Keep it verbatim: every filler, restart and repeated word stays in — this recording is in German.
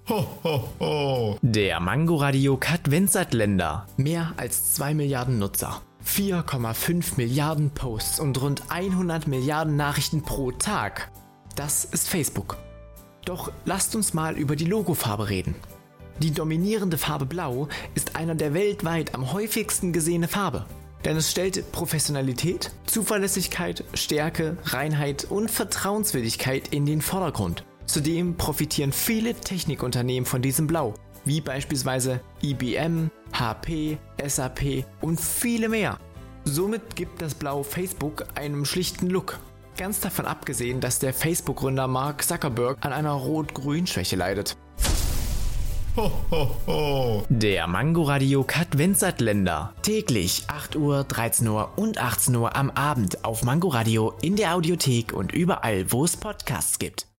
Ho, ho, ho. Der Mangoradio Adventskalender. Mehr als zwei Milliarden Nutzer, vier Komma fünf Milliarden Posts und rund hundert Milliarden Nachrichten pro Tag. Das ist Facebook. Doch lasst uns mal über die Logofarbe reden. Die dominierende Farbe Blau ist einer der weltweit am häufigsten gesehene Farbe. Denn es stellt Professionalität, Zuverlässigkeit, Stärke, Reinheit und Vertrauenswürdigkeit in den Vordergrund. Zudem profitieren viele Technikunternehmen von diesem Blau, wie beispielsweise I B M, H P, S A P und viele mehr. Somit gibt das Blau Facebook einen schlichten Look. Ganz davon abgesehen, dass der Facebook-Gründer Mark Zuckerberg an einer Rot-Grün-Schwäche leidet. Ho, ho, ho. Der Mangoradio Adventskalender. Täglich acht Uhr, dreizehn Uhr und achtzehn Uhr am Abend auf Mangoradio, in der Audiothek und überall, wo es Podcasts gibt.